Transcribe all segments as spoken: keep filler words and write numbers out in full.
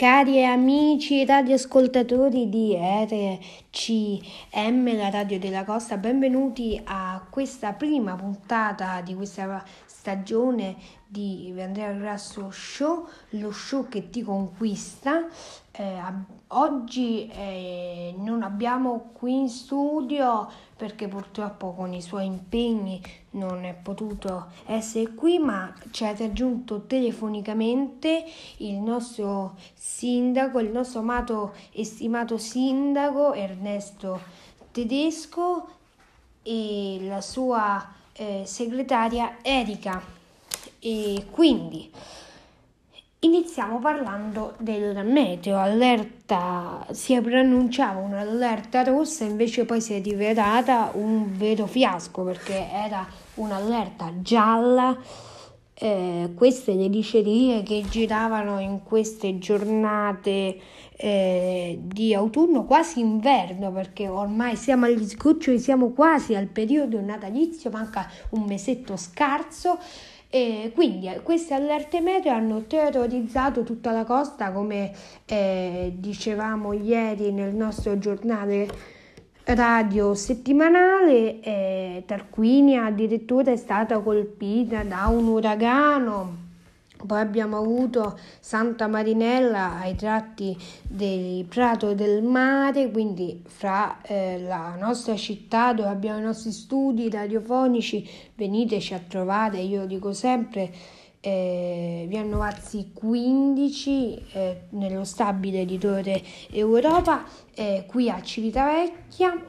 Cari amici radioascoltatori di R C M, la radio della costa, benvenuti a questa prima puntata di questa stagione di Andrea Grasso Show, lo show che ti conquista. Eh, oggi eh, non abbiamo qui in studio perché purtroppo con i suoi impegni non è potuto essere qui, ma ci ha raggiunto telefonicamente il nostro sindaco, il nostro amato e stimato sindaco Ernesto Tedesco e la sua eh, segretaria Erika. E quindi iniziamo parlando del meteo. Allerta, si preannunciava un'allerta rossa, invece poi si è rivelata un vero fiasco perché era un'allerta gialla. Eh, queste le dicerie che giravano in queste giornate eh, di autunno, quasi inverno, perché ormai siamo agli sgoccioli, siamo quasi al periodo natalizio, manca un mesetto scarso. E quindi queste allerte meteo hanno terrorizzato tutta la costa, come eh, dicevamo ieri nel nostro giornale radio settimanale. eh, Tarquinia addirittura è stata colpita da un uragano. Poi abbiamo avuto Santa Marinella ai tratti del Prato del Mare, quindi fra eh, la nostra città dove abbiamo i nostri studi radiofonici, veniteci a trovare, io lo dico sempre, eh, via Novazzi quindici, eh, nello stabile di Torre Europa, eh, qui a Civitavecchia,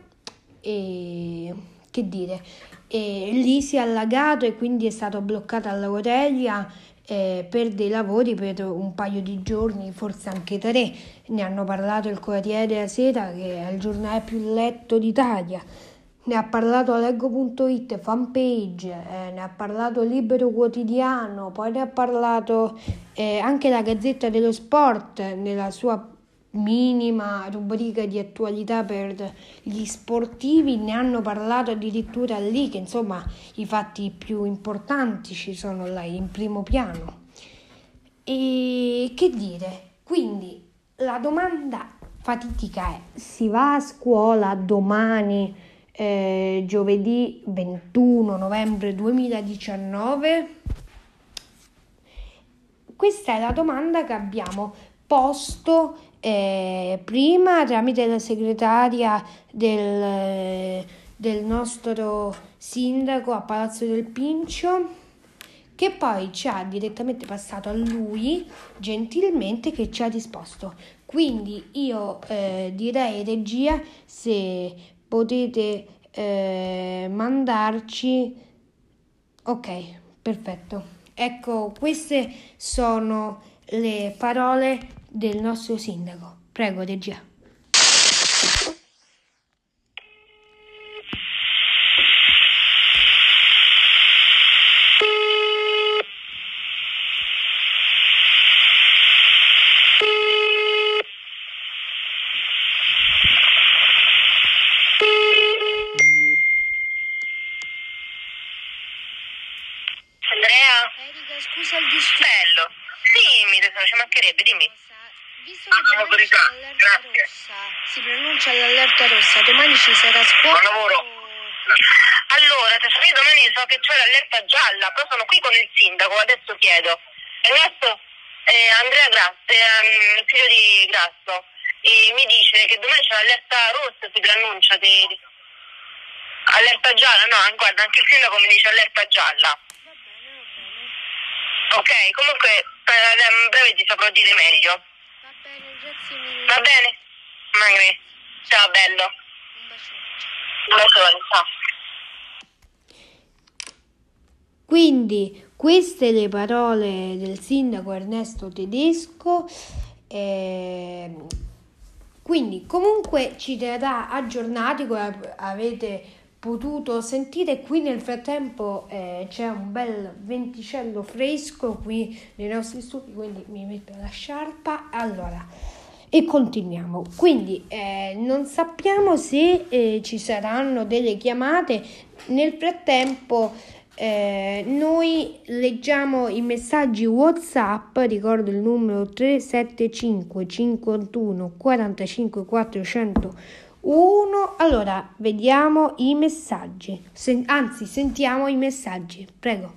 e che dire, e lì si è allagato e quindi è stato bloccato all'Aurelia Eh, per dei lavori per un paio di giorni, forse anche tre. Ne hanno parlato il Corriere della Sera, che è il giornale più letto d'Italia, ne ha parlato Leggo punto it, fanpage, eh, ne ha parlato Libero Quotidiano, poi ne ha parlato eh, anche la Gazzetta dello Sport nella sua minima rubrica di attualità per gli sportivi. Ne hanno parlato addirittura lì, che insomma i fatti più importanti ci sono là in primo piano. E che dire, quindi la domanda fatidica è: si va a scuola domani, eh, giovedì ventuno novembre duemiladiciannove? Questa è la domanda che abbiamo posto Eh, prima tramite la segretaria del, del nostro sindaco a Palazzo del Pincio, che poi ci ha direttamente passato a lui gentilmente, che ci ha risposto. Quindi io eh, direi, regia, se potete eh, mandarci. Ok, perfetto. Ecco, queste sono le parole del nostro sindaco. Prego, regia. Andrea? Erika, scusa il disturbo. Bello. Dimmi, tesoro, ci mancherebbe, dimmi. Visto che Ah, domani c'è l'allerta rossa, si pronuncia l'allerta rossa, domani ci sarà scuola? Buon lavoro. Allora, tesoro, io domani so che c'è l'allerta gialla, però sono qui con il sindaco, adesso chiedo. Ernesto, eh, Andrea Grasso, eh, il figlio di Grasso, e mi dice che domani c'è l'allerta rossa, si preannuncia di... Allerta gialla? No, guarda, anche il sindaco mi dice allerta gialla. Va bene, va bene. Ok, comunque eh, in breve ti saprò dire meglio. Va bene, grazie mille. Va bene? Magari. Ciao bello. Un bacione. Un bacione, ciao. Quindi queste le parole del sindaco Ernesto Tedesco. Eh, quindi comunque ci terrà aggiornati, come avete potuto sentire. Qui nel frattempo eh, c'è un bel venticello fresco qui nei nostri studi, quindi mi metto la sciarpa. Allora, e continuiamo. Quindi eh, non sappiamo se eh, ci saranno delle chiamate. Nel frattempo Eh, noi leggiamo i messaggi WhatsApp, ricordo il numero tre sette cinque cinquantuno quarantacinque quattrocentuno. Allora, vediamo i messaggi, Sen- anzi sentiamo i messaggi, prego.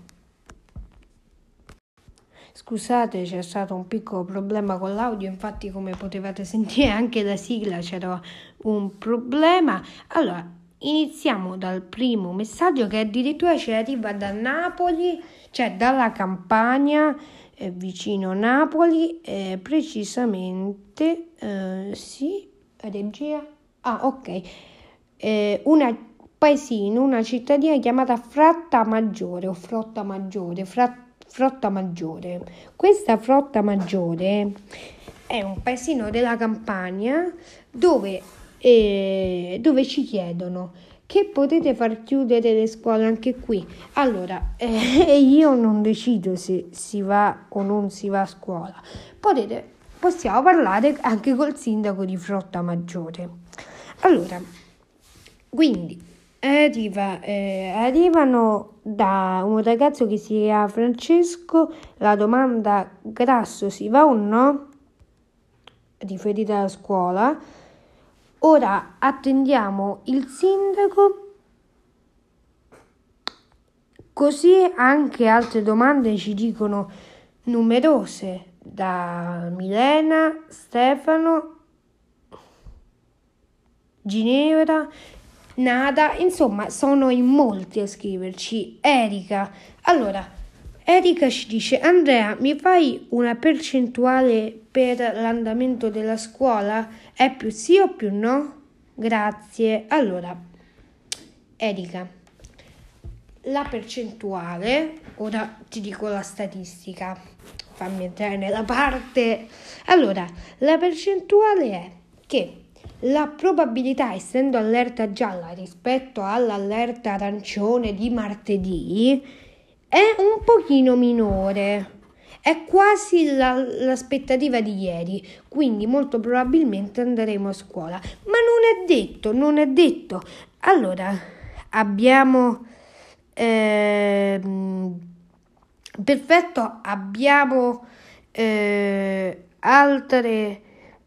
Scusate, c'è stato un piccolo problema con l'audio, infatti come potevate sentire anche la sigla c'era un problema. Allora, iniziamo dal primo messaggio che addirittura ci arriva da Napoli, cioè dalla Campania, eh, vicino Napoli, eh, precisamente, eh, sì, regia, ah ok, eh, una paesino, una cittadina chiamata Fratta Maggiore o Frotta Maggiore, Fratta Frotta Maggiore. Questa Frotta Maggiore è un paesino della Campania dove, eh, dove ci chiedono che potete far chiudere le scuole anche qui. Allora, eh, io non decido se si va o non si va a scuola. Potete, possiamo parlare anche col sindaco di Frotta Maggiore. Allora, quindi Arriva, eh, arrivano da un ragazzo che si chiama Francesco la domanda: Grasso si va o no? Riferita alla scuola. Ora attendiamo il sindaco, così anche altre domande ci dicono numerose da Milena, Stefano, Ginevra, Nada, insomma sono in molti a scriverci. Erika, allora Erika ci dice: Andrea, mi fai una percentuale per l'andamento della scuola? È più sì o più no? Grazie. Allora Erika, la percentuale, ora ti dico la statistica, fammi entrare nella parte. Allora, la percentuale è che la probabilità, essendo allerta gialla rispetto all'allerta arancione di martedì, è un pochino minore. È quasi la, l'aspettativa di ieri, quindi molto probabilmente andremo a scuola. Ma non è detto, non è detto. Allora, abbiamo... Eh, perfetto, abbiamo eh, altre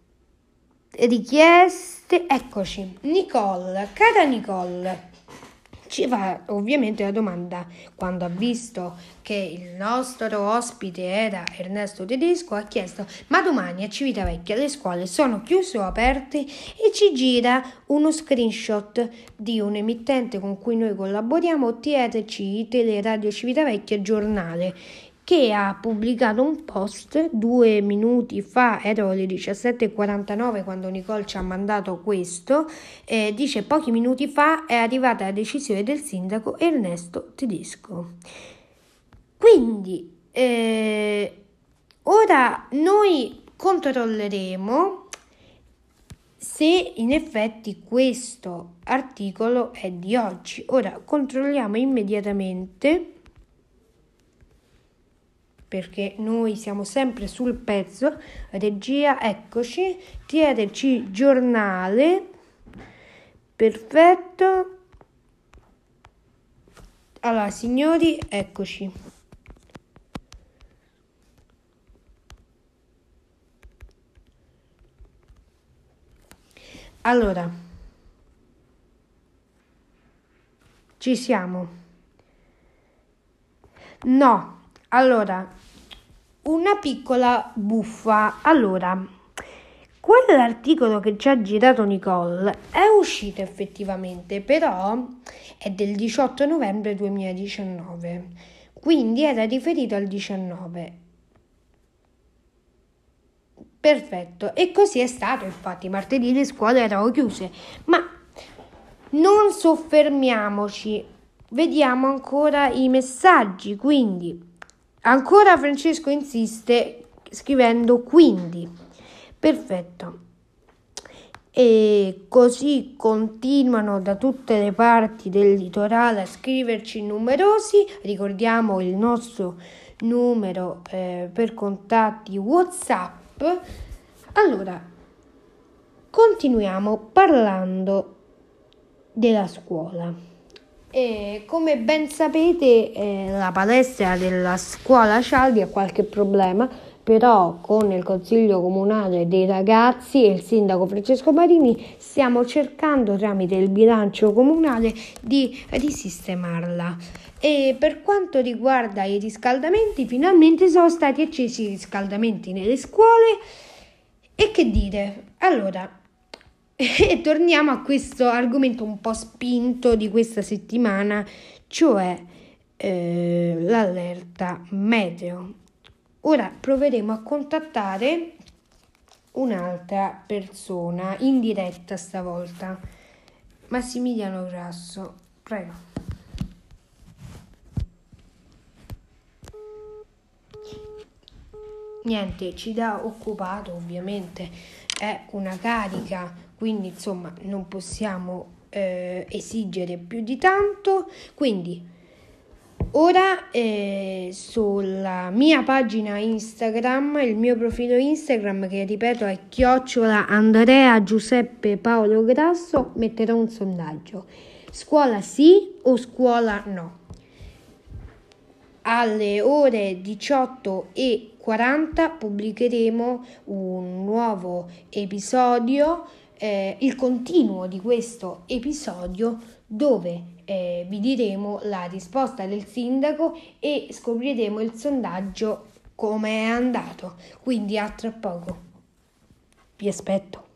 richieste. Eccoci, Nicole, cara Nicole, ci fa ovviamente la domanda: quando ha visto che il nostro ospite era Ernesto Tedesco, ha chiesto: ma domani a Civitavecchia le scuole sono chiuse o aperte? E ci gira uno screenshot di un emittente con cui noi collaboriamo, T R C, Teleradio Civitavecchia Giornale, che ha pubblicato un post due minuti fa, erano le diciassette e quarantanove quando Nicole ci ha mandato questo, eh, dice: pochi minuti fa è arrivata la decisione del sindaco Ernesto Tedesco. Quindi eh, ora noi controlleremo se in effetti questo articolo è di oggi. Ora controlliamo immediatamente, perché noi siamo sempre sul pezzo. Regia, eccoci, T R C Giornale, perfetto. Allora signori, eccoci. Allora, ci siamo? No. Allora, una piccola buffa. Allora, quell'articolo che ci ha girato Nicole è uscito effettivamente, però è del diciotto novembre duemiladiciannove, quindi era riferito al diciannove. Perfetto, e così è stato. Infatti martedì le scuole erano chiuse, ma non soffermiamoci, vediamo ancora i messaggi. Quindi ancora Francesco insiste scrivendo quindi. Perfetto. E così continuano da tutte le parti del litorale a scriverci numerosi. Ricordiamo il nostro numero eh, per contatti WhatsApp. Allora, continuiamo parlando della scuola. E come ben sapete, eh, la palestra della scuola Cialdi ha qualche problema, però con il consiglio comunale dei ragazzi e il sindaco Francesco Marini stiamo cercando tramite il bilancio comunale di risistemarla. E per quanto riguarda i riscaldamenti, finalmente sono stati accesi i riscaldamenti nelle scuole. E che dire? Allora, e torniamo a questo argomento un po' spinto di questa settimana, cioè eh, l'allerta meteo. Ora proveremo a contattare un'altra persona in diretta stavolta. Massimiliano Grasso, prego. Niente, ci dà occupato, ovviamente è una carica, quindi insomma non possiamo eh, esigere più di tanto. Quindi ora eh, sulla mia pagina Instagram, il mio profilo Instagram, che ripeto è chiocciola Andrea Giuseppe Paolo Grasso, metterò un sondaggio: scuola sì o scuola no? Alle ore diciotto e quaranta pubblicheremo un nuovo episodio, eh, il continuo di questo episodio, dove eh, vi diremo la risposta del sindaco e scopriremo il sondaggio come è andato. Quindi a tra poco. Vi aspetto.